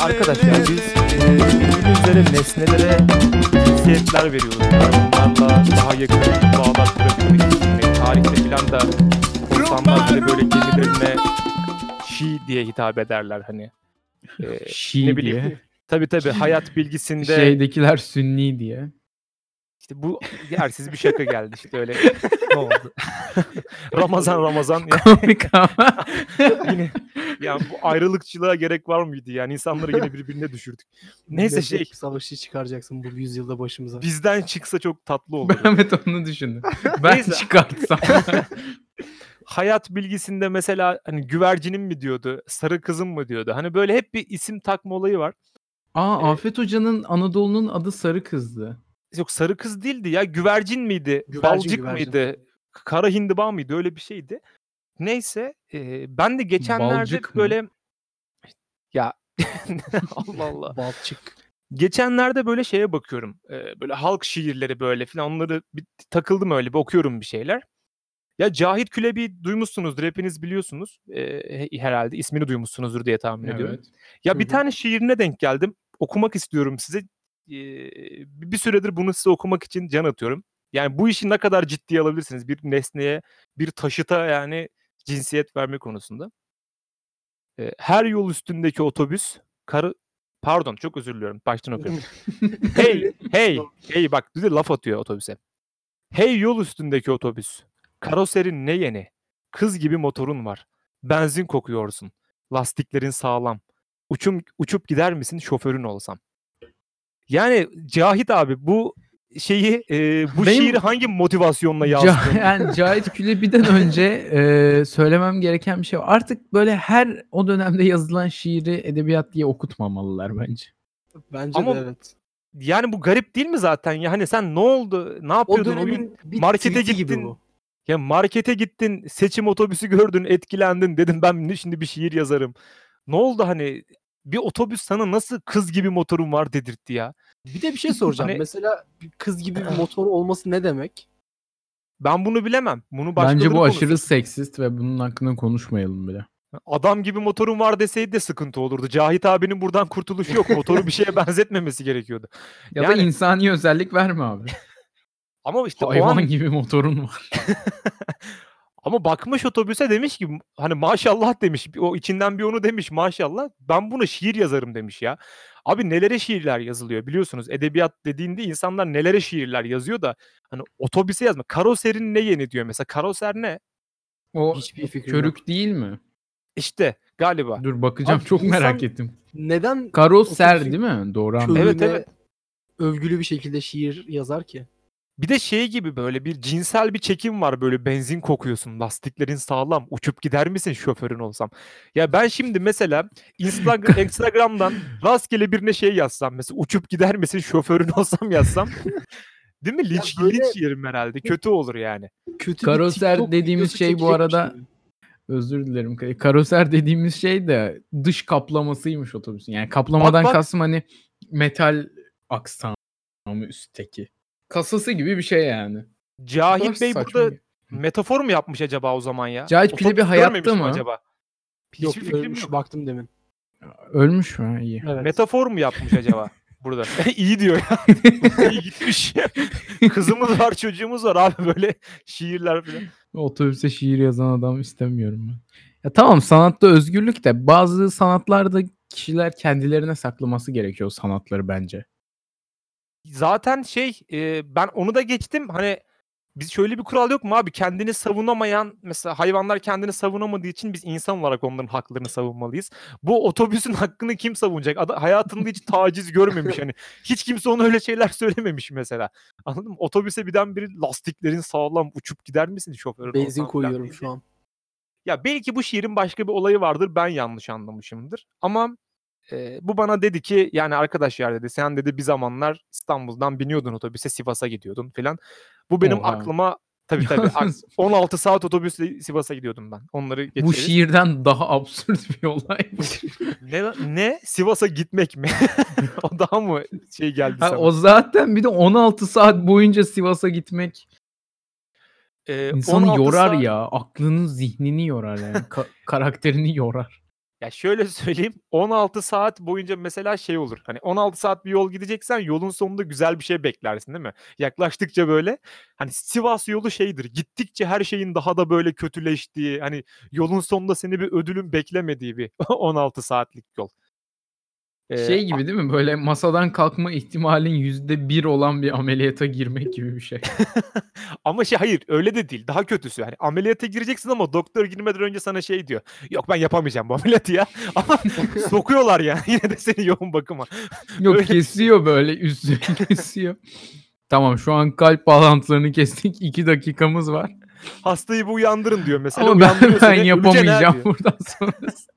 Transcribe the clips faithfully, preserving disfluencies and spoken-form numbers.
arkadaşlar biz e, bildiğiniz üzere nesnelere cinsiyetler veriyoruz. Yani onlarla daha yakın bağlar kurabilmek için. Yani tarihte filan da korsanlar bile böyle gemilerine she diye hitap ederler hani. E, Şii ne bileyim. diye. Tabii tabii hayat bilgisinde Şeydekiler Sünni diye. işte bu yersiz bir şaka geldi işte öyle. Ne oldu? Ramazan Ramazan yani Komik ama. yine ya bu ayrılıkçılığa gerek var mıydı yani insanları yine birbirine düşürdük. Neyse şey Meslek savaşı çıkaracaksın bu yüzyılda başımıza. bizden çıksa çok tatlı olurdu. Ben evet onu düşündüm. Ben Neyse. çıkartsam. Hayat bilgisinde mesela hani güvercinim mi diyordu, sarı kızım mı diyordu. Hani böyle hep bir isim takma olayı var. Aa Ee, Afet Hoca'nın Anadolu'nun adı Sarı Kız'dı. Yok sarı kız değildi ya güvercin miydi, Güvercin, balcık güvercin. mıydı, kara hindiba mıydı öyle bir şeydi. Neyse e, ben de geçenlerde Balcık mı? böyle ya Allah Allah. Balçık. Geçenlerde böyle şeye bakıyorum. e, böyle halk şiirleri böyle falan onları bir takıldım öyle bir okuyorum bir şeyler. Ya Cahit Külebi duymuşsunuzdur hepiniz biliyorsunuz. E, he- herhalde ismini duymuşsunuzdur diye tahmin ediyorum. Evet. Ya Hı bir hı. tane şiirine denk geldim. Okumak istiyorum size. Ee, bir süredir bunu size okumak için can atıyorum. Yani bu işi ne kadar ciddiye alabilirsiniz bir nesneye, bir taşıta yani cinsiyet verme konusunda. Ee, her yol üstündeki otobüs karı pardon çok özür diliyorum. Baştan okuyorum. Hey, hey, hey bak bir de laf atıyor otobüse. Hey yol üstündeki otobüs. Karoserin ne yeni? Kız gibi motorun var. Benzin kokuyorsun. Lastiklerin sağlam. Uçum, uçup gider misin şoförün olsam? Yani Cahit abi bu şeyi e, bu Benim- şiiri hangi motivasyonla Ca- yazdın? yani Cahit Külebi'den önce e, söylemem gereken bir şey var. Artık böyle her o dönemde yazılan şiiri edebiyat diye okutmamalılar bence. Bence Ama de evet. Yani bu garip değil mi zaten ya? Hani sen ne oldu? Ne O yapıyordun o gün? dönemin bir Markete tweet'i gibi gittin. bu. Ya markete gittin, seçim otobüsü gördün, etkilendin. Dedim ben ne- şimdi bir şiir yazarım. Ne oldu hani? Bir otobüs sana nasıl kız gibi motorun var dedirtti ya. Bir de bir şey soracağım. Hani- Mesela bir kız gibi bir motor olması ne demek? Ben bunu bilemem. Bunu başkaları Bence bu konuşsun. aşırı seksist ve bunun hakkında konuşmayalım bile. Adam gibi motorun var deseydi de sıkıntı olurdu. Cahit abinin buradan kurtuluşu yok. Motoru bir şeye benzetmemesi gerekiyordu. Ya Yani- da insani özellik verme abi. Ama işte o Hayvan an gibi motorun var. ama bakmış otobüse demiş ki hani maşallah demiş. O içinden bir onu demiş maşallah. Ben buna şiir yazarım demiş ya. Abi nelere şiirler yazılıyor biliyorsunuz. Edebiyat dediğinde insanlar nelere şiirler yazıyor da hani otobüse yazma. Karoserin ne yeni diyor mesela. Karoser ne? O Hiçbir fikrim körük yok. değil mi? İşte galiba. Dur bakacağım Abi çok insan- merak ettim. Neden Karoser otobüsün değil mi? Doğru anladım. körüğüne Evet, evet. övgülü bir şekilde şiir yazar ki? Bir de şey gibi böyle bir cinsel bir çekim var böyle benzin kokuyorsun. Lastiklerin sağlam. Uçup gider misin şoförün olsam? Ya ben şimdi mesela Instagram, Instagram'dan rastgele birine şey yazsam mesela uçup gider misin şoförün olsam yazsam. Değil mi? Linç, böyle- linç yerim herhalde. Kötü olur yani. Kötü Karoser bir TikTok dediğimiz videosu şey bu çekecekmiş arada- gibi. Özür dilerim. Karoser dediğimiz şey de dış kaplamasıymış otobüsün. Yani kaplamadan Bak, bak. kastım hani metal aksamı üstteki. Kasası gibi bir şey yani. Cahit Kadar Bey saçma burada bir- metafor mu yapmış acaba o zaman ya? Cahit Otobüs Külebi hayatta görmemiş mi mı? acaba? Hiçbir Yok fikrim ölmüş yok. baktım demin. Ölmüş mü? Ha, İyi. Evet. Metafor mu yapmış acaba burada? İyi diyor ya. İyi gitmiş. Kızımız var, çocuğumuz var abi böyle şiirler falan. Otobüse şiir yazan adam istemiyorum ben. Ya tamam sanatta özgürlük de bazı sanatlarda kişiler kendilerine saklaması gerekiyor o sanatları bence. Zaten şey e, ben onu da geçtim. Hani biz şöyle bir kural yok mu abi? Kendini savunamayan mesela hayvanlar kendini savunamadığı için biz insan olarak onların haklarını savunmalıyız. Bu otobüsün hakkını kim savunacak? Ada, hayatında hiç taciz görmemiş hani. Hiç kimse ona öyle şeyler söylememiş mesela. Anladın mı? Otobüse birdenbire lastiklerin sağlam uçup gider misin şoförün Benzin olsan falan koyuyorum deyince- şu an. Ya belki bu şiirin başka bir olayı vardır. Ben yanlış anlamışımdır. Ama e, bu bana dedi ki yani arkadaş ya dedi sen dedi bir zamanlar İstanbul'dan biniyordun otobüse Sivas'a gidiyordun filan. Bu benim Oha. aklıma tabii tabii ak- Yalnız on altı saat otobüsle Sivas'a gidiyordum ben. Onları geçeriz. bu şiirden daha absürt bir olay. Ne, ne? Sivas'a gitmek mi? O daha mı şey geldi Ha, sana? o zaten bir de on altı saat boyunca Sivas'a gitmek Ee, insanı on altı yorar saat- ya. Aklını, zihnini yorar yani. Ka- karakterini yorar. Ya şöyle söyleyeyim, on altı saat boyunca mesela şey olur. Hani on altı saat bir yol gideceksen yolun sonunda güzel bir şey beklersin değil mi? Yaklaştıkça böyle hani Sivas yolu şeydir. Gittikçe her şeyin daha da böyle kötüleştiği, hani yolun sonunda seni bir ödülün beklemediği bir on altı saatlik yol. Ee, Şey gibi değil mi? Böyle masadan kalkma ihtimalin yüzde bir olan bir ameliyata girmek gibi bir şey. Ama şey hayır öyle de değil. Daha kötüsü. Hani ameliyata gireceksin ama doktor girmeden önce sana şey diyor. Yok ben yapamayacağım bu ameliyatı ya. Ama sokuyorlar yani yine de seni yoğun bakıma. Yok Öyle- kesiyor böyle üstünü kesiyor. Tamam şu an kalp bağlantılarını kestik. iki dakikamız var. Hastayı bir uyandırın diyor mesela. Ama ben, Uyandırıyor ben seni, öleceksin ha yapamayacağım diyor. buradan sonrası.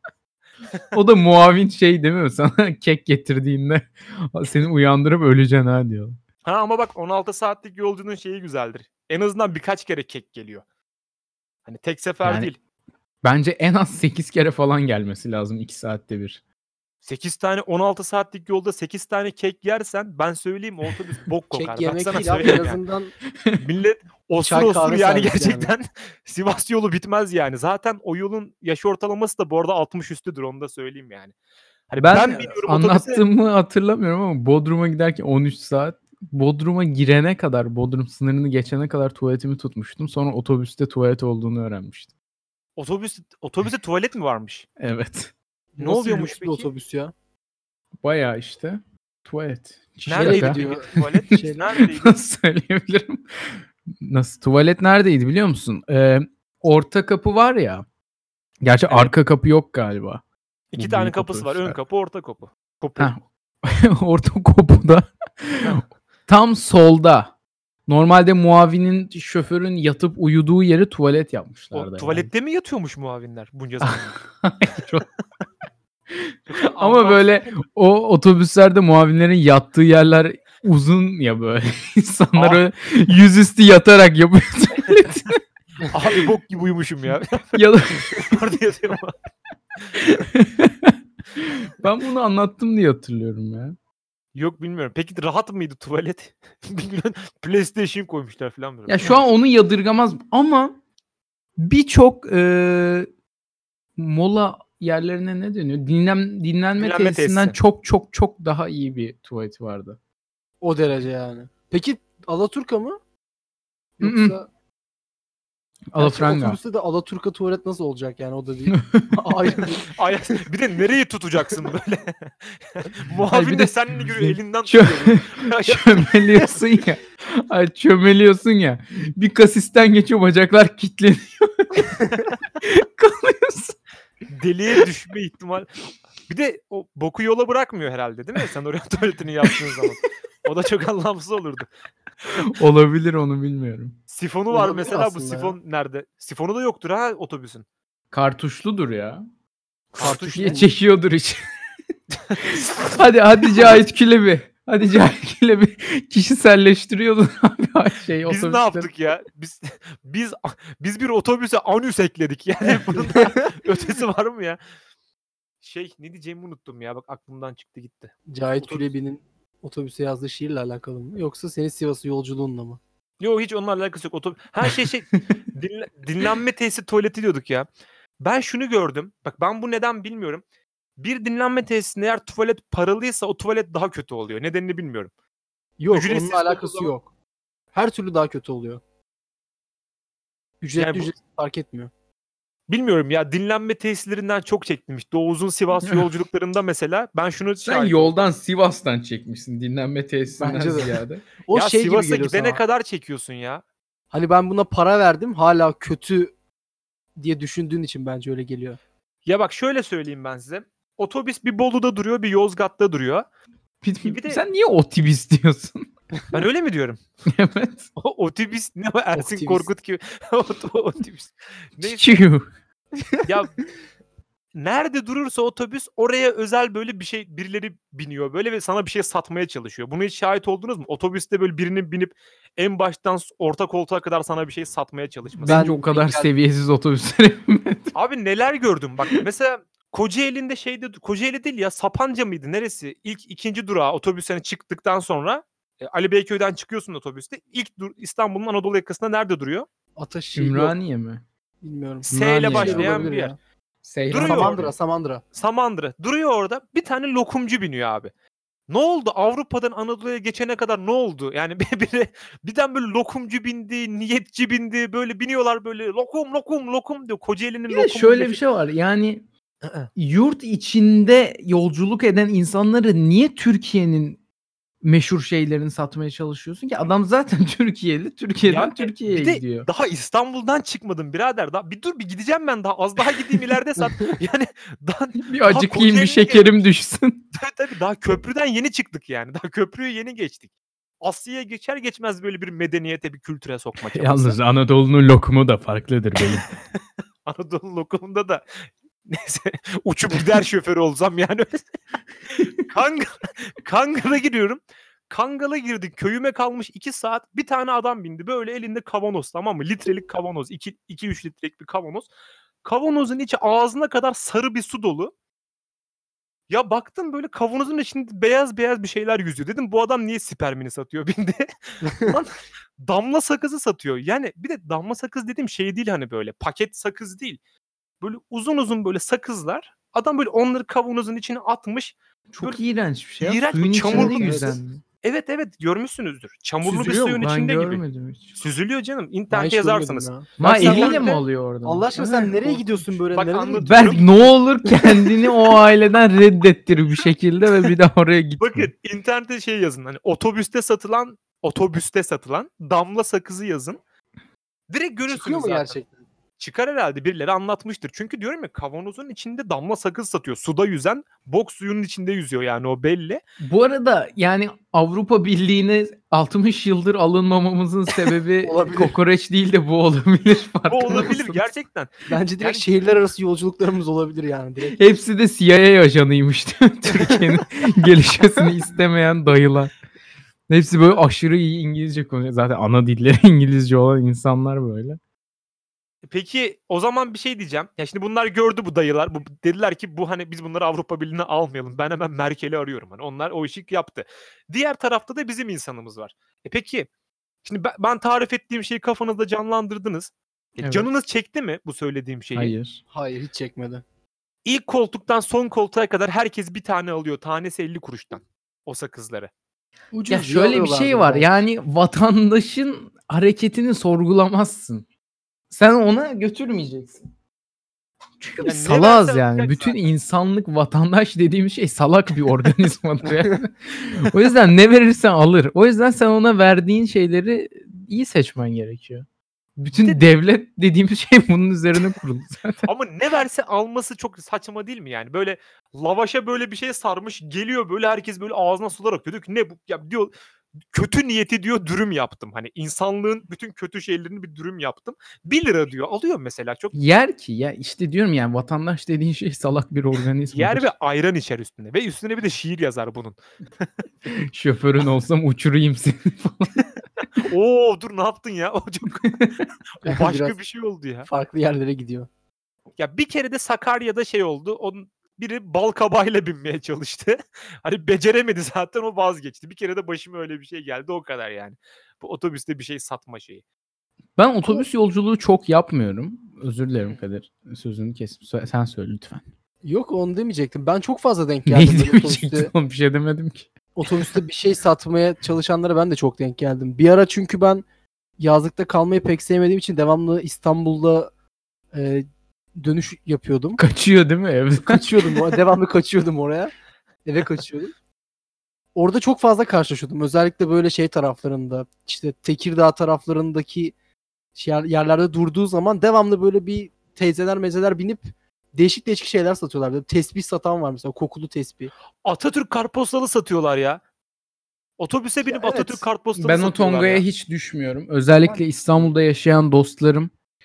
O da muavin şey değil mi? Sana kek getirdiğinde seni uyandırıp öleceksin ha diyor. Ha ama bak on altı saatlik yolcunun şeyi güzeldir. En azından birkaç kere kek geliyor. Hani tek sefer Yani- değil. Bence en az sekiz kere falan gelmesi lazım iki saatte bir. sekiz tane on altı saatlik yolda sekiz tane kek yersen ben söyleyeyim o otobüs bok kokar. Kek Ben yemek sana değil abi en söyleyeyim yani. azından Millet osur Çay, osur kahve yani servisi yani. gerçekten Sivas yolu bitmez yani. Zaten o yolun yaş ortalaması da bu arada altmış üstüdür onu da söyleyeyim yani. Hani Ben, ben, biniyorum otobüse anlattığımı hatırlamıyorum ama Bodrum'a giderken on üç saat Bodrum'a girene kadar, Bodrum sınırını geçene kadar tuvaletimi tutmuştum. Sonra otobüste tuvalet olduğunu öğrenmiştim. otobüs otobüste tuvalet mi varmış? Evet. Ne nasıl oluyormuş lüks bir peki? otobüs ya? Bayağı işte tuvalet. Nerede Şaka. gidiyor tuvalet? Şey- Neredeydi? Nasıl söyleyebilirim? Nasıl? Tuvalet neredeydi biliyor musun? Ee, orta kapı var ya. Gerçi Evet. arka kapı yok galiba. İki Bu tane büyük kapısı var. Ön otobüsler. kapı, orta kapı. Kapı. Heh. Orta kapıda tam solda. Normalde muavinin, şoförün yatıp uyuduğu yeri tuvalet yapmışlardı. O yani. tuvalette mi yatıyormuş muavinler bunca zaman? Hayır, o- Yoksa Ama ambulans- böyle o otobüslerde muavinlerin yattığı yerler uzun ya böyle. İnsanlar Ah. öyle yüzüstü yatarak yapıyor tuvaleti. Abi bok gibi uyumuşum ya. Ya da Orada yatıyorum. ben bunu anlattım diye hatırlıyorum ya. Yok bilmiyorum. Peki rahat mıydı tuvalet? Bilmiyorum. PlayStation koymuşlar falan böyle. Ya şu an onu yadırgamaz ama birçok eee, mola yerlerine ne deniyor? Dinlen, dinlenme, Dinlenme tesisinden tesisi. çok çok çok daha iyi bir tuvaleti vardı. O derece yani. Peki Alaturka mı? Hı hı. Yoksa Gerçi Alafranga. otobüste de Alaturka tuvalet nasıl olacak yani o da değil. Ayrı bir. Ay, bir de nereyi tutacaksın böyle? Muavin Hayır, bir de de- seninle yürüyor elinden Çö- tutuyor. çömeliyorsun ya. Ay, çömeliyorsun ya. Bir kasisten geçiyor, bacaklar kilitleniyor. Kalıyorsun. Deliğe düşme ihtimal. Bir de o boku yola bırakmıyor herhalde değil mi? Sen oraya tuvaletini yaptığın zaman. O da çok anlamsız olurdu. Olabilir, onu bilmiyorum. Sifonu var Olabilir mesela bu aslında ya. sifon nerede? Sifonu da yoktur ha otobüsün. Kartuşludur ya. Kartuş Diye mu? çekiyordur hiç. hadi hadi Cahit Külebi. Hadi Cahit Külebi. Kişiselleştiriyordun abi şey Biz otobüsleri. ne yaptık ya? Biz biz biz bir otobüse anüs ekledik. Yani bunun da ötesi var mı ya? Şey ne diyeceğimi unuttum ya. Bak aklımdan çıktı gitti. Cahit Otobüs. Külebi'nin otobüse yazdığı şiirle alakalı mı? Yoksa senin Sivas'a yolculuğunla mı? Yok hiç onunla alakası yok. Otobüs. Her şey şey dinle- dinlenme tesisi tuvaleti diyorduk ya. Ben şunu gördüm. Bak ben bu neden bilmiyorum. Bir dinlenme tesisinde eğer tuvalet paralıysa o tuvalet daha kötü oluyor. Nedenini bilmiyorum. Yok Ücretsiz onunla olduğu alakası zaman- yok. Her türlü daha kötü oluyor. Ücretli Yani bu- ücretsiz fark etmiyor. Bilmiyorum ya dinlenme tesislerinden çok çektim. İşte o uzun Sivas yolculuklarında mesela ben şunu Sen şahit oldum. yoldan Sivas'tan çekmişsin dinlenme tesisinden Bence de. ziyade. O ya şey Sivas'a gibi geliyor gidene sana. kadar çekiyorsun ya. Hani ben buna para verdim hala kötü diye düşündüğün için bence öyle geliyor. Ya bak şöyle söyleyeyim ben size. Otobüs bir Bolu'da duruyor, bir Yozgat'ta duruyor. Bir- Bir de- Sen niye otobüs diyorsun? Ben öyle mi diyorum? Evet. O otobüs ne o Ersin Otobüs. Korkut gibi. Ot- otobüs. Neyse Çiçeği. ya nerede durursa otobüs oraya özel böyle bir şey birileri biniyor böyle ve sana bir şey satmaya çalışıyor. Buna hiç şahit oldunuz mu? Otobüste böyle birinin binip en baştan orta koltuğa kadar sana bir şey satmaya çalışması. Bence Ben- o kadar ben- seviyesiz otobüslere binmedim. Abi neler gördüm bak mesela Kocaeli'nde şeyde Kocaeli değil ya Sapanca mıydı neresi? İlk ikinci durağı otobüsten çıktıktan sonra e, Ali Beyköy'den çıkıyorsun otobüste. İlk dur İstanbul'un Anadolu yakasında nerede duruyor? Ataşehir yok. Ümraniye mi? Bilmiyorum. S ile Ümraniye başlayan Olabilir bir yer. ya. Seyran Duruyor Samandıra, orada. Samandıra. Samandıra. Duruyor orada. Bir tane lokumcu biniyor abi. Ne oldu? Avrupa'dan Anadolu'ya geçene kadar ne oldu? Yani bir, bir, birden böyle lokumcu bindi, niyetçi bindi. Böyle biniyorlar böyle lokum lokum lokum diyor. Kocaeli'nin Bir de lokumu. şöyle meşhur. bir şey var. Yani yurt içinde yolculuk eden insanları niye Türkiye'nin meşhur şeylerini satmaya çalışıyorsun ki? Adam zaten Türkiye'li. Türkiye'den Ya, Türkiye'ye bir de gidiyor. daha İstanbul'dan çıkmadım birader. Daha, bir dur bir gideceğim ben daha. Az daha gideyim ileride sat. Yani daha, Bir daha acıkayım, bir Kocaeli'ne şekerim düşsün. Tabii tabii daha köprüden yeni çıktık yani. Daha köprüyü yeni geçtik. Asya'ya geçer geçmez böyle bir medeniyete, bir kültüre sokma çabası. Yalnız Anadolu'nun lokumu da farklıdır benim. Anadolu lokumunda da neyse uçup gider şoförü olsam yani. Kangal, Kangal'a giriyorum. Kangal'a girdik. Köyüme kalmış iki saat. Bir tane adam bindi. Böyle elinde kavanoz, tamam mı? Litrelik kavanoz. iki üç litrelik bir kavanoz. Kavanozun içi ağzına kadar sarı bir su dolu. Ya baktım böyle kavanozun içinde beyaz beyaz bir şeyler yüzüyor. Dedim bu adam niye spermini satıyor bindi. Lan damla sakızı satıyor. Yani bir de damla sakız dediğim şey değil, hani böyle paket sakız değil. Böyle uzun uzun böyle sakızlar. Adam böyle onları kavanozun içine atmış. Çok Böyle iğrenç bir şey. ya. iğrenç, Suyun bu içinde çamurlu bir yüzen su. mi? Evet evet görmüşsünüzdür. Çamurlu bir Süzülüyor suyun mu? Ben içinde gibi. görmedim hiç. Süzülüyor canım. Ben İnternete hiç görmedim yazarsanız. ya. Ma Bak sen eliyle internete- mi oluyor oradan? Allah aşkına sen Evet, nereye korkunç. gidiyorsun böyle? Bak Nereye anlatıyorum. gidiyorsun? Berk ne olur kendini o aileden reddettir bir şekilde ve bir daha oraya gitme. Bakın internette şey yazın. Hani otobüste satılan otobüste satılan damla sakızı yazın. Direkt görürsünüz Çıkıyor mu zaten. gerçekten? Çıkar herhalde, birileri anlatmıştır. Çünkü diyorum ya kavanozun içinde damla sakız satıyor. Suda yüzen, bok suyunun içinde yüzüyor yani, o belli. Bu arada yani Avrupa Birliği'ne altmış yıldır alınmamamızın sebebi Olabilir. kokoreç değil de bu olabilir. Bu farkında olabilir mısınız? gerçekten. Bence direkt Yani- şehirler arası yolculuklarımız olabilir yani direkt. Hepsi de C I A ajanıymış değil mi? Türkiye'nin gelişmesini istemeyen dayılar. Hepsi böyle aşırı iyi İngilizce konuşuyor. Zaten ana dilleri İngilizce olan insanlar böyle. Peki o zaman bir şey diyeceğim. Ya şimdi bunlar gördü, bu dayılar. Bu, dediler ki bu hani biz bunları Avrupa Birliği'ne almayalım. Ben hemen Merkel'i arıyorum. Hani onlar o işi yaptı. Diğer tarafta da bizim insanımız var. E peki şimdi ben, ben tarif ettiğim şeyi kafanızda canlandırdınız. E Evet. Canınız çekti mi bu söylediğim şeyi? Hayır. Hayır hiç çekmedi. İlk koltuktan son koltuğa kadar herkes bir tane alıyor. Tanesi elli kuruştan. O sakızları. Ucuz Ya diye şöyle bir şey alıyorlardır var. belki. Yani vatandaşın hareketini sorgulamazsın. Sen ona götürmeyeceksin. Çünkü Ya biz ne salağız verse yani. alacak Bütün zaten. insanlık vatandaş dediğimiz şey salak bir organizmadır yani. O yüzden ne verirsen alır. O yüzden sen ona verdiğin şeyleri iyi seçmen gerekiyor. Bütün Bir de- devlet dediğimiz şey bunun üzerine kurulu zaten. Ama ne verse alması çok saçma değil mi yani? Böyle lavaşa böyle bir şey sarmış, geliyor böyle herkes böyle ağzına sular akıyor. Diyor ki ne bu? Ya diyor kötü niyeti diyor dürüm yaptım. Hani insanlığın bütün kötü şeylerini bir dürüm yaptım. bir lira diyor. Alıyor mesela, çok Yer ki ya işte diyorum yani vatandaş dediğin şey salak bir organizmadır. yer ve ayran içer üstüne. Ve üstüne bir de şiir yazar bunun. Şoförün olsam uçurayım seni falan. Oo dur ne yaptın ya? O çok o başka Biraz bir şey oldu ya. farklı yerlere gidiyor. Ya bir kere de Sakarya'da şey oldu. Onun biri bal kabağıyla binmeye çalıştı. Hani beceremedi zaten, o vazgeçti. Bir kere de başıma öyle bir şey geldi, o kadar yani. Bu otobüste bir şey satma şeyi. Ben otobüs yolculuğu çok yapmıyorum. Özür dilerim Kadir. Sözünü kestim. Sö- Sen söyle lütfen. Yok onu demeyecektim. Ben çok fazla denk geldim. Neyi böyle demeyecektin otobüste, oğlum? Bir şey demedim ki. otobüste bir şey satmaya çalışanlara ben de çok denk geldim. Bir ara çünkü ben yazlıkta kalmayı pek sevmediğim için devamlı İstanbul'da e, dönüş yapıyordum. Kaçıyor değil mi evde? Kaçıyordum. o- Devamlı kaçıyordum oraya. Eve kaçıyordum. Orada çok fazla karşılaşıyordum. Özellikle böyle şey taraflarında, işte Tekirdağ taraflarındaki yer- yerlerde durduğu zaman devamlı böyle bir teyzeler mezeler binip değişik değişik şeyler satıyorlar. Böyle tesbih satan var mesela, kokulu tesbih. Atatürk kartpostalı satıyorlar ya. Otobüse binip evet. Atatürk kartpostalı Ben o satıyorlar tongaya ya. hiç düşmüyorum. Özellikle İstanbul'da yaşayan dostlarım.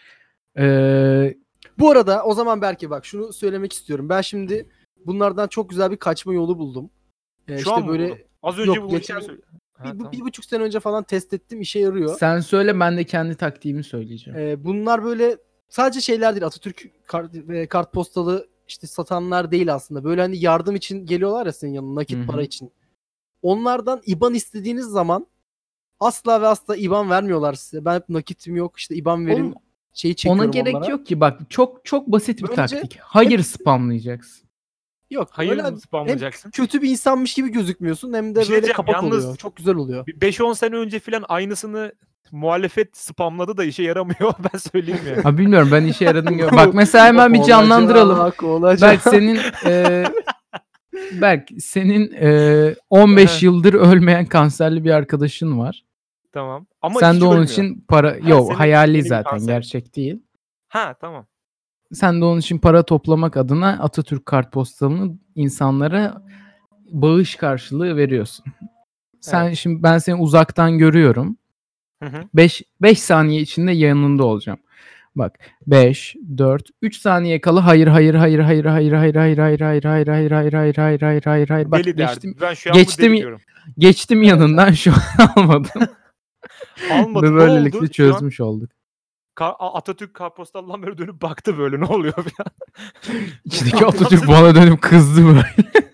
Ee, Bu arada o zaman belki bak şunu söylemek istiyorum. Ben şimdi bunlardan çok güzel bir kaçma yolu buldum. Ee, Şu işte an mı böyle buldun? Az önce Yok, bulmuştum. geçen- söyle- Ha, bir, tamam. bir buçuk sene önce falan test ettim, işe yarıyor. sen söyle ben de kendi taktiğimi söyleyeceğim. Ee, bunlar böyle sadece şeyler değil. Atatürk kart, e, kartpostalı işte satanlar değil aslında. Böyle hani yardım için geliyorlar ya senin yanına, nakit Hı hı. para için. Onlardan I B A N istediğiniz zaman asla ve asla I B A N vermiyorlar size. Ben hep nakitim yok, işte I B A N verin. Oğlum, şeyi çekiyorum Ona gerek onlara. yok ki bak çok çok basit bir Böylece taktik. Hayır hepsi- spamlayacaksın. Yok. Hayır öyle mı hem spamlayacaksın? kötü bir insanmış gibi gözükmüyorsun hem de Bir şey böyle diyeceğim, kapak yalnız- oluyor. Çok güzel oluyor. Bir beş on sene önce filan aynısını muhalefet spamladı da işe yaramıyor. Ben söyleyeyim yani. Ha bilmiyorum ben işe yaradığını gör. Bak mesela hemen bir Olacak, canlandıralım. olacak. Berk senin e, Berk senin e, on beş yıldır ölmeyen kanserli bir arkadaşın var. Tamam. Ama Sen hiç de onun ölmüyor. için para Ha, yok senin hayali yeni bir zaten kanser. gerçek değil. Ha tamam. Sen de onun için para toplamak adına Atatürk kartpostalını insanlara bağış karşılığı veriyorsun. Sen Evet. şimdi ben seni uzaktan görüyorum. Hı hı. beş beş saniye içinde yanında olacağım. Bak beş, dört, üç saniye kala hayır hayır hayır hayır hayır hayır hayır hayır hayır hayır hayır hayır hayır hayır hayır hayır hayır bak Deli geçtim derdi. Ben şu an bu geçtim- deli diyorum. geçtim yanından şu an almadım. Almadı. Ve Ne böylelikle oldu? Şu an çözmüş olduk. Ka- A- Atatürk kartpostalından böyle dönüp baktı böyle ne oluyor falan. İçindeki Atatürk bana dönüp kızdı böyle.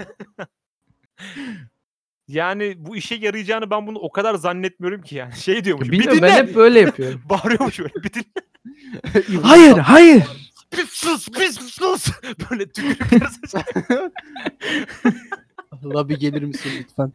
Yani bu işe yarayacağını ben bunu o kadar zannetmiyorum ki yani. Şey diyormuş. Bir Bilmiyorum dinle. ben hep böyle yapıyorum. Bağırıyormuş böyle. Bir dinle. Hayır hayır. Bir sus, bir sus. Böyle tükürükler saçıyor. Labi gelir misin lütfen?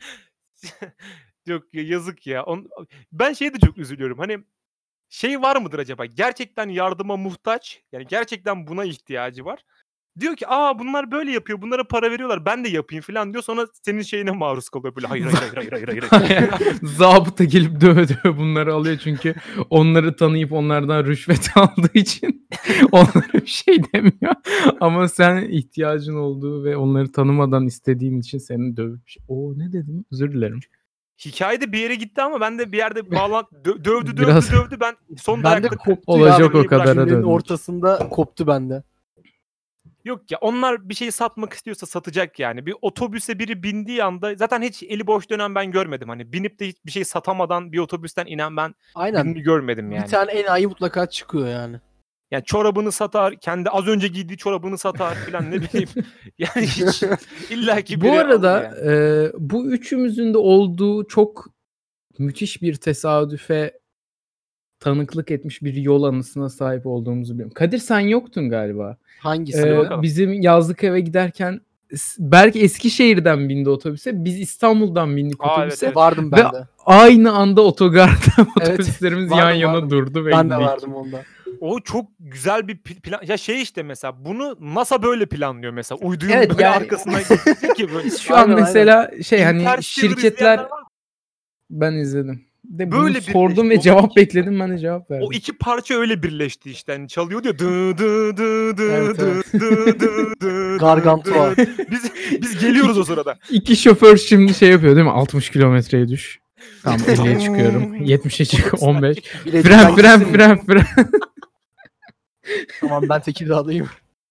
Yok ya, yazık ya. On... Ben şeye de çok üzülüyorum. Hani şey var mıdır acaba? Gerçekten yardıma muhtaç. Yani gerçekten buna ihtiyacı var. Diyor ki aa bunlar böyle yapıyor. Bunlara para veriyorlar. Ben de yapayım falan diyor. Sonra senin şeyine maruz kalıyor böyle. Hayır hayır hayır hayır hayır. hayır. Zabıta gelip döve döve bunları alıyor çünkü onları tanıyıp onlardan rüşvet aldığı için onlara bir şey demiyor. Ama sen ihtiyacın olduğu ve onları tanımadan istediğin için seni dövüp o ne dedim özür dilerim. Hikayede bir yere gitti ama ben de bir yerde bağlan dö- dövdü dövdü Biraz- dövdü. Ben son Ben de dayakta koptu Olacak ya. o kadara Cümlenin döndük. ortasında koptu bende. Yok ya onlar bir şeyi satmak istiyorsa satacak yani. Bir otobüse biri bindiği anda zaten hiç eli boş dönen ben görmedim. Hani binip de hiçbir şey satamadan bir otobüsten inen ben Aynen. birini görmedim yani. Bir tane enayi mutlaka çıkıyor yani. Yani çorabını satar, kendi az önce giydiği çorabını satar falan ne bileyim. Yani hiç illaki biri Bu alır arada yani. e, bu üçümüzün de olduğu çok müthiş bir tesadüfe tanıklık etmiş bir yol anısına sahip olduğumuzu biliyorum. Kadir sen yoktun galiba. Hangisi? Hadi Ee, bakalım. bizim yazlık eve giderken s- Berk Eskişehir'den bindi otobüse. Biz İstanbul'dan bindik Aa, otobüse. evet, evet. Vardım Ve ben de. aynı anda otogarda Evet, otobüslerimiz vardım, yan yana vardım. durdu ve Ben de indik. vardım onda. O çok güzel bir pl- plan. Ya şey işte mesela bunu NASA böyle planlıyor mesela. Uydunun Evet, böyle yani- arkasına gidecek ki böyle. Şu Aynen, an mesela şey hani Interstellar şirketler izleyenler var mı? ben izledim. De Böyle bunu birleşti. sordum ve O cevap iki- bekledim ben de cevap verdim. O iki parça öyle birleşti işte. Hani çalıyor diyor. Dı dı dı dı Evet, dı evet. dı dı dı Gargantua. dı. Biz biz geliyoruz o sırada. İki şoför şimdi şey yapıyor değil mi? altmış kilometreye düş. Tamam elliye çıkıyorum. yetmişe çık on beş. Bilecik'ten Fren fren gitsin. fren fren. Tamam ben Tekirdağ'dayım.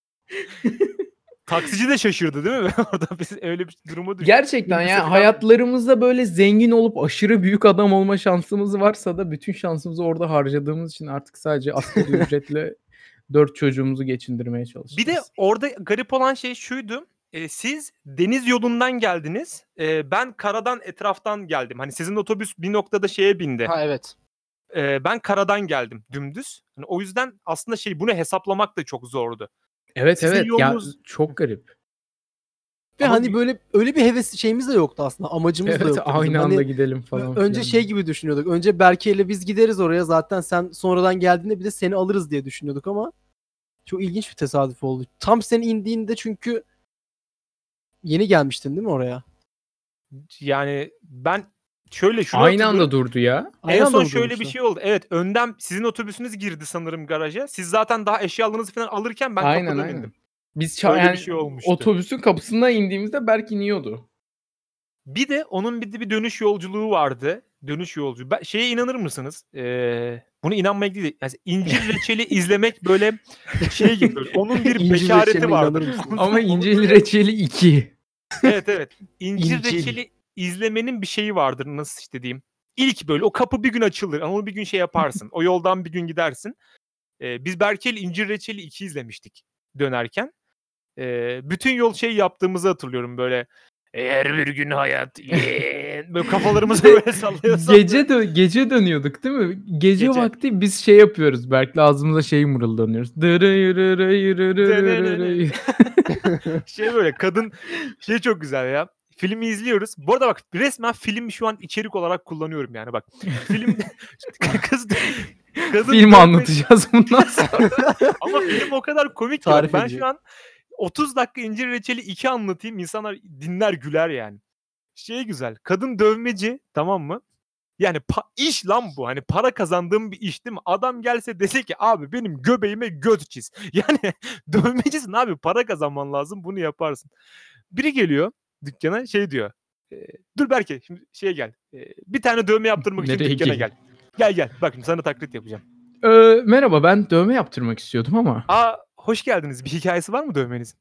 Taksici de şaşırdı değil mi? Orada biz öyle bir duruma düştük. Gerçekten Minibüse ya falan- hayatlarımızda böyle zengin olup aşırı büyük adam olma şansımız varsa da bütün şansımızı orada harcadığımız için artık sadece asgari ücretle dört çocuğumuzu geçindirmeye çalışacağız. Bir de orada garip olan şey şuydu. E, siz deniz yolundan geldiniz. E, ben karadan etraftan geldim. Hani sizin otobüs bir noktada şeye bindi. Ha evet. E, ben karadan geldim dümdüz. Hani o yüzden aslında şey bunu hesaplamak da çok zordu. evet sizin evet yolunuz- ya çok garip. Ve Ama hani bir- böyle öyle bir heves şeyimiz de yoktu aslında. Amacımız da Evet yoktu. bizim. aynı Hani anda gidelim falan. önce filan. şey gibi düşünüyorduk. Önce Berke ile biz gideriz oraya zaten sen sonradan geldiğinde bir de seni alırız diye düşünüyorduk ama çok ilginç bir tesadüf oldu. Tam sen indiğinde çünkü yeni gelmiştin değil mi oraya? Yani ben şöyle şunu Aynı anda hatırlıyorum. durdu ya. Aynı En anda son mı şöyle bir durmuşlar? şey oldu. Evet önden sizin otobüsünüz girdi sanırım garaja. Siz zaten daha eşyalarınızı falan alırken ben aynen kapıdan aynen. indim. Biz ça- Öyle bir yani şey olmuştu. otobüsün kapısından indiğimizde Berk iniyordu. Bir de onun bir de bir dönüş yolculuğu vardı. Dönüş yolculuğu. Ben, şeye inanır mısınız? Ee, bunu inanmaya değil. Yani incir reçeli izlemek böyle şey gibi. Böyle. Onun bir İncir bekareti reçeline vardır. inanır mısınız? Ama Onun İncil böyle- Reçeli iki. Evet evet. İncir, İncil. reçeli izlemenin bir şeyi vardır. Nasıl işte diyeyim. İlk böyle o kapı bir gün açılır. Ama onu bir gün şey yaparsın. O yoldan bir gün gidersin. Ee, biz Berke'yle İncir Reçeli iki izlemiştik dönerken. Ee, bütün yol şey yaptığımızı hatırlıyorum böyle. Eğer bir gün hayat yeah. Böyle kafalarımızı böyle sallıyor sallıyor. Gece dö- gece dönüyorduk değil mi? Gece, Gece. vakti biz şey yapıyoruz. Berk'le ağzımıza şey mırıldanıyoruz. Dırırırırırırırırırı. Şey böyle kadın şey çok güzel ya. Filmi izliyoruz. Bu arada bak resmen film şu an içerik olarak kullanıyorum yani bak. Film kız kadın Film dövme- anlatacağız bundan sonra. Ama film o kadar komik ki Tarif bak, ben edecek. şu an otuz dakika incir reçeli iki anlatayım, insanlar dinler güler yani. Şey güzel. Kadın dövmeci, tamam mı? Yani pa- iş lan bu. Hani para kazandığım bir iş değil mi? Adam gelse dese ki abi benim göbeğime göt çiz. Yani dövmecisin abi, para kazanman lazım, bunu yaparsın. Biri geliyor dükkana şey diyor. E, dur Berke şimdi şeye gel. E, bir tane dövme yaptırmak için Nereye dükkana geliyor? gel. Gel gel. Bak şimdi sana taklit yapacağım. Ee, merhaba, ben dövme yaptırmak istiyordum ama. Aa hoş geldiniz. Bir hikayesi var mı dövmenizin?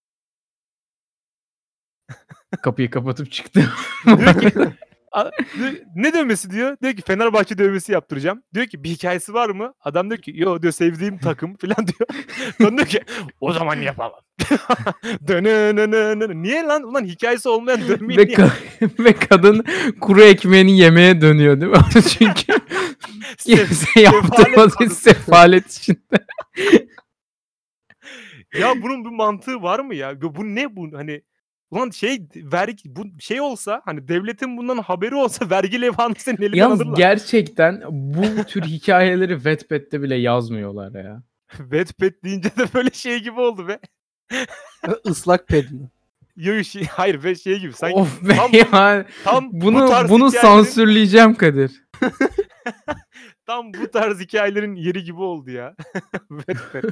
Kapıyı kapatıp çıktı. Diyor ki "A- diyor, ne dövmesi diyor. Diyor ki Fenerbahçe dövmesi yaptıracağım. Diyor ki bir hikayesi var mı? Adam diyor ki yo diyor sevdiğim takım falan diyor. Sonra diyor ki o zaman yapalım. Dönönönönön. Niye lan? Ulan hikayesi olmayan dövmeyi ve, niye? ka- ve kadın kuru ekmeğini yemeye dönüyor değil mi? Çünkü Se- kimse yaptırmadığı kadın. sefalet içinde. Ya bunun bir mantığı var mı ya? Bu ne bu hani ulan şey vergi bu şey olsa hani devletin bundan haberi olsa vergi levhanı senin elinden Yalnız alırlar. gerçekten bu tür hikayeleri Wattpad'de bile yazmıyorlar ya. Wattpad deyince de böyle şey gibi oldu be. Islak ped mi? Yo, şey, hayır be şey gibi sanki Of be tam, ya. tam bu Bunu tarz bunu hikayelerin- sansürleyeceğim Kadir. tam bu tarz hikayelerin yeri gibi oldu ya. Wattpad.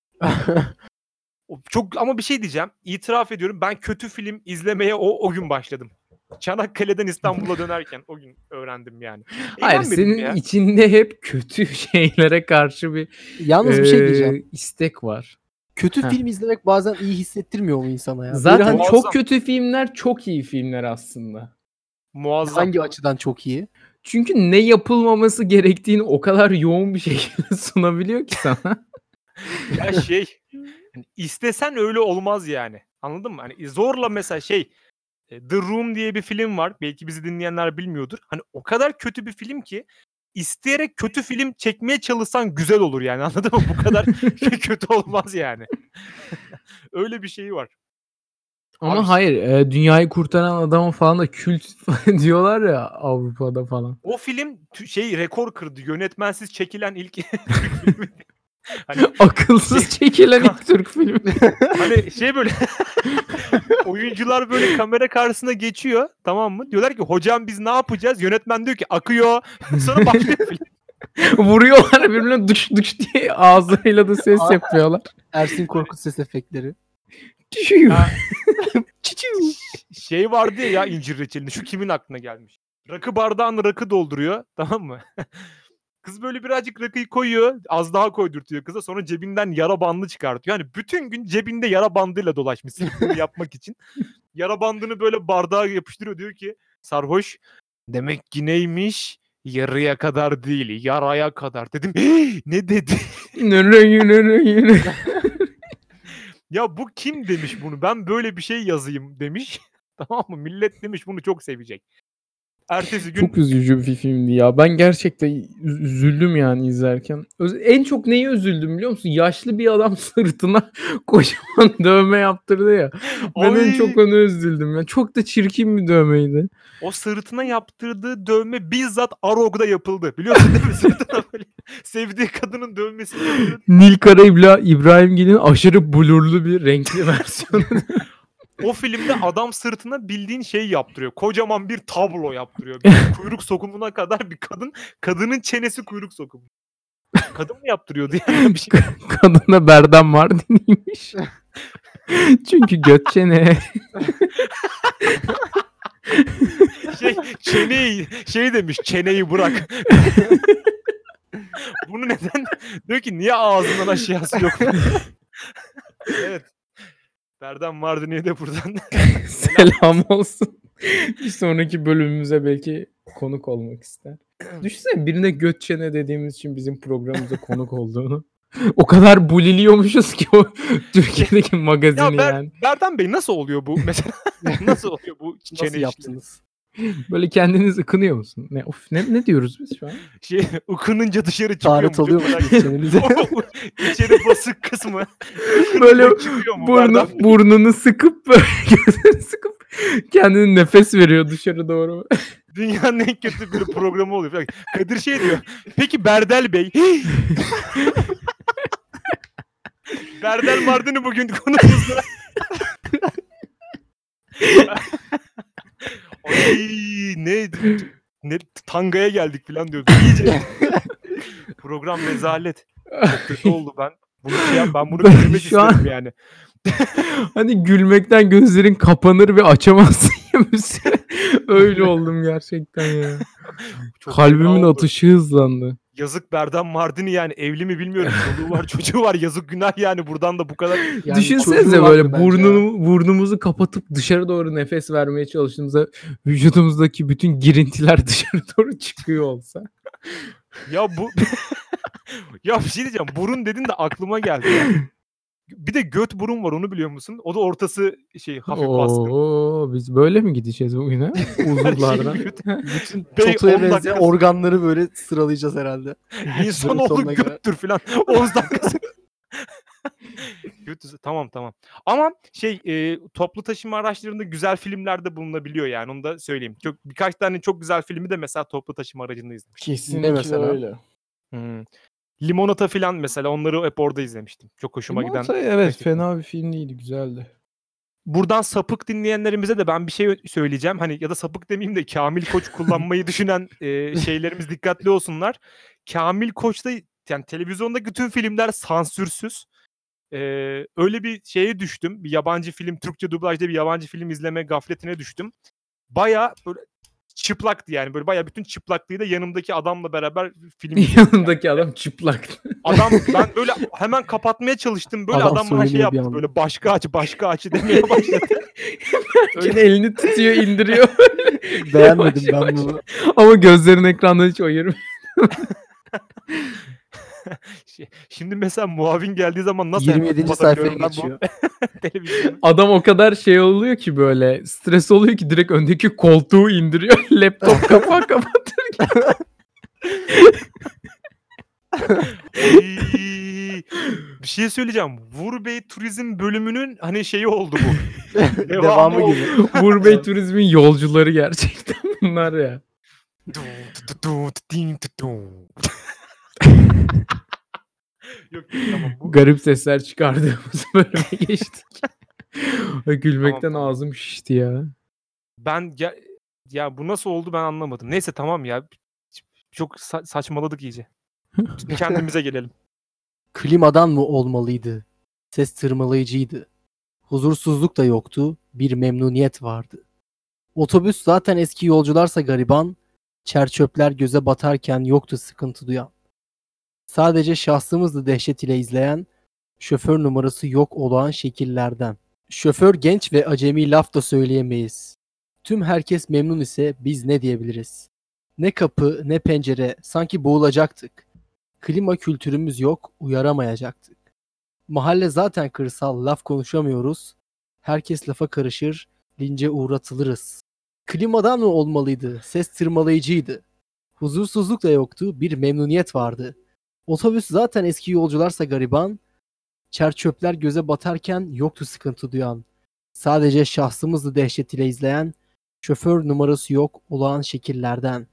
O çok ama bir şey diyeceğim. İtiraf ediyorum, ben kötü film izlemeye o o gün başladım. Çanakkale'den İstanbul'a dönerken o gün öğrendim yani. Hayır, Eğlenmedim senin ya. içinde hep kötü şeylere karşı bir Yalnız bir şey diyeceğim. eee, istek var. Kötü Heh. film izlemek bazen iyi hissettirmiyor mu insana ya? Böyle Zaten hani Muazzam. çok kötü filmler çok iyi filmler aslında. Muazzam. hangi açıdan çok iyi? Çünkü ne yapılmaması gerektiğini o kadar yoğun bir şekilde sunabiliyor ki sana. Ya şey hani istesen öyle olmaz yani. Anladın mı? Hani zorla mesela şey e, The Room diye bir film var. Belki bizi dinleyenler bilmiyordur. Hani o kadar kötü bir film ki isteyerek kötü film çekmeye çalışsan güzel olur yani. Anladın mı? Bu kadar kötü olmaz yani. Öyle bir şeyi var. Ama Abi- hayır, eee, dünyayı kurtaran adamı falan da kült diyorlar ya Avrupa'da falan. O film tü- şey rekor kırdı. Yönetmensiz çekilen ilk Türk filmi. Hani Akılsız çekilen ilk Türk filmi. hani şey böyle oyuncular böyle kamera karşısına geçiyor, tamam mı? Diyorlar ki hocam biz ne yapacağız? Yönetmen diyor ki akıyor. Sonra başlıyor film. Vuruyorlar birbirine duş duş diye ağzıyla da ses yapıyorlar. Ersin Korkut ses efektleri. Düşüyor. Ha, şey vardı ya, ya incir reçelinde. Şu kimin aklına gelmiş? Rakı bardağını rakı dolduruyor, tamam mı? Kız böyle birazcık rakıyı koyuyor. Az daha koydurtuyor kıza. Sonra cebinden yara bandı çıkartıyor. Yani bütün gün cebinde yara bandıyla dolaşmış sırf bunu yapmak için. Yara bandını böyle bardağa yapıştırıyor. Diyor ki sarhoş demek ki neymiş? Yarıya kadar değil, yaraya kadar. Dedim ne dedi? Nere nere nere. Ya bu kim demiş bunu? Ben böyle bir şey yazayım demiş. Tamam mı? Millet demiş bunu çok sevecek. Ertesi gün Çok üzücü bir filmdi ya. Ben gerçekten üz- üzüldüm yani izlerken. Öz- en çok neye üzüldüm biliyor musun? Yaşlı bir adam sırtına kocaman dövme yaptırdı ya. Ben en Ay! çok ona üzüldüm ya. Çok da çirkin bir dövmeydi. o sırtına yaptırdığı dövme bizzat Arog'da yapıldı. Biliyorsun değil mi? Sırtına böyle sevdiği kadının dövmesini yaptırdı. Nil Karayibla İbrahimgil'in aşırı blurlu bir renkli versiyonu. O filmde adam sırtına bildiğin şey yaptırıyor. Kocaman bir tablo yaptırıyor. Bir kuyruk sokumuna kadar bir kadın. Kadının çenesi kuyruk sokumu. Kadın mı yaptırıyordu yani bir şey? Kadına Berdan Mardin'iymiş. Çünkü götçene. Şey, çeneyi şey demiş, çeneyi bırak. Bunu neden? Diyor ki niye ağzından aşağısı yok? Evet. Berdan Mardin'e de buradan. Selam olsun. Bir sonraki bölümümüze belki konuk olmak ister. Düşünsene birine götçene dediğimiz için bizim programımıza konuk olduğunu. O kadar buliliyormuşuz ki o Türkiye'deki magazini Ya Ber- yani. Berdan Bey nasıl oluyor bu mesela? Nasıl oluyor bu çene Nasıl işleri? yaptınız? Böyle kendiniz ıkınıyor musun? Ne of ne ne diyoruz biz şu an? Şey ıkınınca dışarı çıkıyor Taharet mu? oluyor Çok mu merak çenenize? ediyorum. İçeri basık kısmı. Böyle Böyle çıkıyor mu burnu, Berdan Bey? burnunu sıkıp böyle gözünü sıkıp kendini nefes veriyor dışarı doğru. Dünyanın en kötü bir programı oluyor. falan. Kadir şey diyor. Peki Berdel Bey. Berdel Mardini bugün konumuzda. Ay ne ne tangaya geldik falan diyor. İyice. Program rezalet. Çok kötü oldu ben. Bunu şey yap, ben bunu Ben bitirmek şu an- isterim yani. Hani gülmekten gözlerin kapanır ve açamazsın ya bir süre. Öyle oldum gerçekten ya. Çok Kalbimin fena oldu. atışı hızlandı. Yazık Berdan Mardini yani evli mi bilmiyorum. Çoluğu var çocuğu var yazık günah yani buradan da bu kadar. Yani Düşünsenize çocuğu böyle vardı bence ya. burnunu, burnumuzu kapatıp dışarı doğru nefes vermeye çalıştığımızda vücudumuzdaki bütün girintiler dışarı doğru çıkıyor olsa. Ya bu ya bir şey diyeceğim. Burun dedin de aklıma geldi ya. Bir de göt burun var onu biliyor musun? O da ortası şey hafif baskın. Oo, biz böyle mi gideceğiz bugün ha? Uzuvlardan. Şey, göt- Bütün Bey, Toto'ya on benzeyen dakikası- organları böyle sıralayacağız herhalde. Bölüm İnsanoğlu sonuna göre. göttür falan. on dakikası. Götü- tamam tamam. Ama şey e, toplu taşıma araçlarında güzel filmler de bulunabiliyor yani onu da söyleyeyim. Çok birkaç tane çok güzel filmi de mesela toplu taşıma aracında izlemiştim. Kesinlikle mesela? öyle. Hmm. Limonata falan mesela onları hep orada izlemiştim. Çok hoşuma giden. Limonata, evet birkaç film. fena bir film değildi, güzeldi. Buradan sapık dinleyenlerimize de ben bir şey söyleyeceğim. Hani ya da sapık demeyeyim de Kamil Koç kullanmayı düşünen e, şeylerimiz dikkatli olsunlar. Kamil Koç'ta yani televizyondaki bütün filmler sansürsüz. E, öyle bir şeye düştüm. Bir yabancı film, Türkçe dublajda bir yabancı film izleme gafletine düştüm. Baya böyle çıplaktı yani. Böyle baya bütün çıplaklığıyla yanımdaki adamla beraber film izledim. Yanındaki adam çıplaktı. Adam ben böyle hemen kapatmaya çalıştım. Böyle Adam adam, bana şey soyunuyor bir yaptı. anda. Böyle başka aç, başka aç demeye başladı. Öyle elini tutuyor, indiriyor. Beğenmedim Yavaş ben yavaş. bunu. Ama gözlerin ekrandan hiç ayırmıyor. Şey, Şimdi mesela muavin geldiği zaman nasıl yirmi hemen yedinci sayfaya kapatabiliyorum ben geçiyor. bu televizyonu? Adam o kadar şey oluyor ki böyle stres oluyor ki direkt öndeki koltuğu indiriyor. Laptop kapağı kapatır. Ay, bir şey söyleyeceğim. Vur Bey Turizm bölümünün hani şeyi oldu bu. Devamı Devamı oldu. gibi. Vur Bey Turizm'in yolcuları gerçekten bunlar ya. Du, du, du, du, din, du, du. Yok yok, tamam bu. Garip sesler çıkardığımız bölüme geçtik. Ay, Gülmekten tamam. ağzım şişti ya. Ben ya, ya bu nasıl oldu ben anlamadım. Neyse tamam ya. Çok sa- saçmaladık iyice. Biz bir kendimize gelelim. Klimadan mı olmalıydı? Ses tırmalayıcıydı. Huzursuzluk da yoktu. Bir memnuniyet vardı. Otobüs zaten eski yolcularsa gariban. Çerçöpler göze batarken yoktu sıkıntı duyan. Sadece şahsımızdı dehşet ile izleyen. Şoför numarası yok olan şekillerden. Şoför genç ve acemi laf da söyleyemeyiz. Tüm herkes memnun ise biz ne diyebiliriz? Ne kapı ne pencere, sanki boğulacaktık. Klima kültürümüz yok, uyaramayacaktık. Mahalle zaten kırsal, laf konuşamıyoruz. Herkes lafa karışır, lince uğratılırız. Klimadan mı olmalıydı? Ses tırmalayıcıydı. Huzursuzluk da yoktu, bir memnuniyet vardı. Otobüs zaten eski yolcularsa gariban. Çerçöpler göze batarken yoktu sıkıntı duyan. Sadece şahsımızdı dehşet ile izleyen. Şoför numarası yok olağan şekillerden.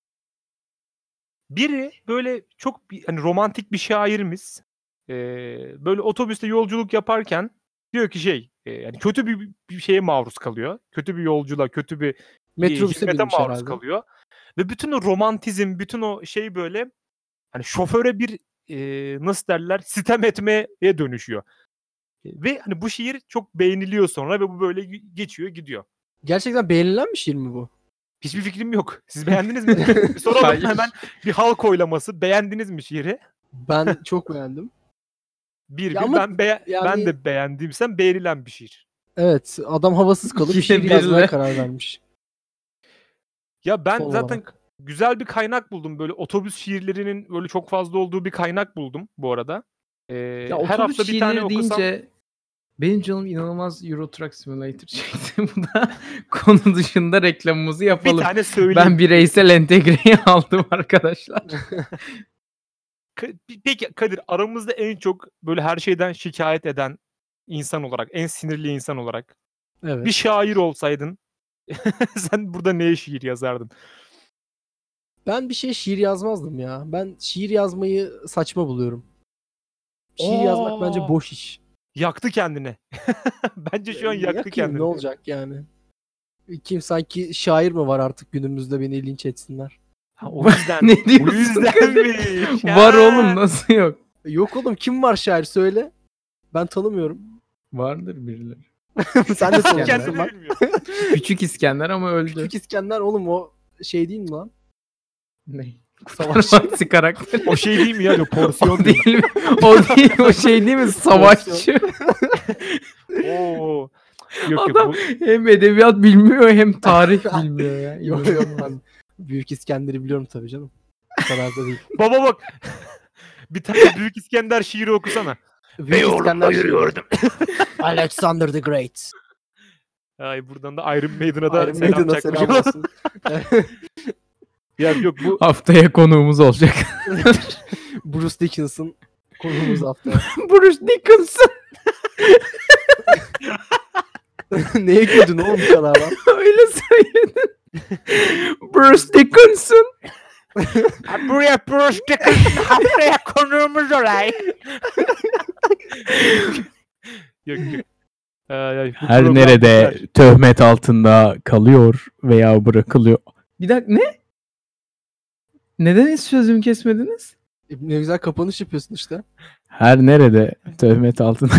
Biri böyle çok bir, hani romantik bir şairimiz e, böyle otobüste yolculuk yaparken diyor ki şey e, yani kötü bir, bir şeye maruz kalıyor. Kötü bir yolculuğa, kötü bir e, Metrobüse hizmete binmiş maruz herhalde. kalıyor. Ve bütün o romantizm, bütün o şey böyle hani şoföre bir e, nasıl derler sitem etmeye dönüşüyor. E, Ve hani bu şiir çok beğeniliyor sonra ve bu böyle ge- geçiyor gidiyor. Gerçekten beğenilen bir şiir mi bu? Hiçbir fikrim yok. Siz beğendiniz mi? Bir soralım Hayır. hemen bir halk oylaması. Beğendiniz mi şiiri? Ben çok beğendim. Bir, Ya bir ama ben beye- ben yani- de beğendiğimsem beğenilen bir şiir. Evet, adam havasız kalıp Yine şiir yazmaya birle. karar vermiş. Ya ben Son zaten olarak. güzel bir kaynak buldum. Böyle otobüs şiirlerinin böyle çok fazla olduğu bir kaynak buldum bu arada. Ee, Ya her hafta bir tane şiirleri okusam deyince benim canım inanılmaz Euro Truck Simulator çekti. Bu da konu dışında reklamımızı bir yapalım. tane söyleyeyim. Ben bireysel entegreyi aldım arkadaşlar. Ka- Peki Kadir, aramızda en çok böyle her şeyden şikayet eden insan olarak, en sinirli insan olarak Evet. bir şair olsaydın sen burada neye şiir yazardın? Ben bir şey şiir yazmazdım ya. Ben şiir yazmayı saçma buluyorum. Şiir yazmak bence Aa! boş iş. Yaktı kendini. Bence şu an yaktı Yakayım, kendini. ne olacak yani? Kim sanki şair mi var artık günümüzde beni linç etsinler? Ha, o yüzden. Ne diyorsun Bu yüzdenmiş. Var Ha! oğlum, nasıl yok? Yok oğlum, kim var şair söyle. Ben tanımıyorum. Vardır birileri. Sen de İskender. tanımıyorsun Kendini bak. bilmiyor. Küçük İskender ama öldü. Küçük İskender oğlum, o şey değil mi lan? Ne? Savaşçı. Savaşçı karakter. O şey değil mi ya? O porsiyon O değil. değil mi? O değil, o şey değil mi? Savaşçı. Oo. Yok yok Adam bu hem edebiyat bilmiyor hem tarih bilmiyor ya. Yok yok ben Büyük İskender'i biliyorum tabii canım. O kadar da değil. baba bak. Bir tane Büyük İskender şiiri okusana. Büyük İskender yürüyordum. Alexander the Great. Ay, buradan da Iron Maiden'a da Iron selam Maiden'a çakmış. selam olsun. Ya yok bu Haftaya konuğumuz olacak. Bruce Dickinson konuğumuz haftaya. Bruce Dickinson. Neye güldün oğlum bu kadar lan? Öyle söyledin. Bruce Dickinson. buraya Bruce Dickinson haftaya konuğumuz olay. Yok yok. Ay, ay, bu Her program nerede güzel. töhmet altında kalıyor veya bırakılıyor. Bir dakika, ne? Neden hiç sözümü kesmediniz? E, Ne güzel kapanış yapıyorsun işte. Her nerede töhmet altında.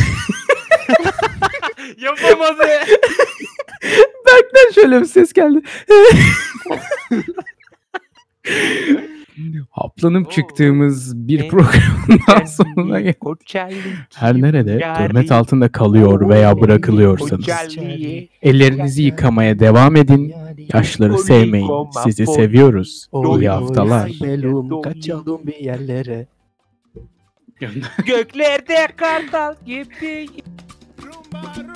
Yapamadı. Berk'ten şöyle bir ses geldi. Haplanıp Oo. çıktığımız bir En programın daha sonuna geldik. Her nerede töhmet altında kalıyor veya bırakılıyorsanız ellerinizi yıkamaya devam edin. Yaşları sevmeyin. Sizi seviyoruz. İyi haftalar. Belum kaçalım bir yerlere. Göklerde kartal gibi. Rumba,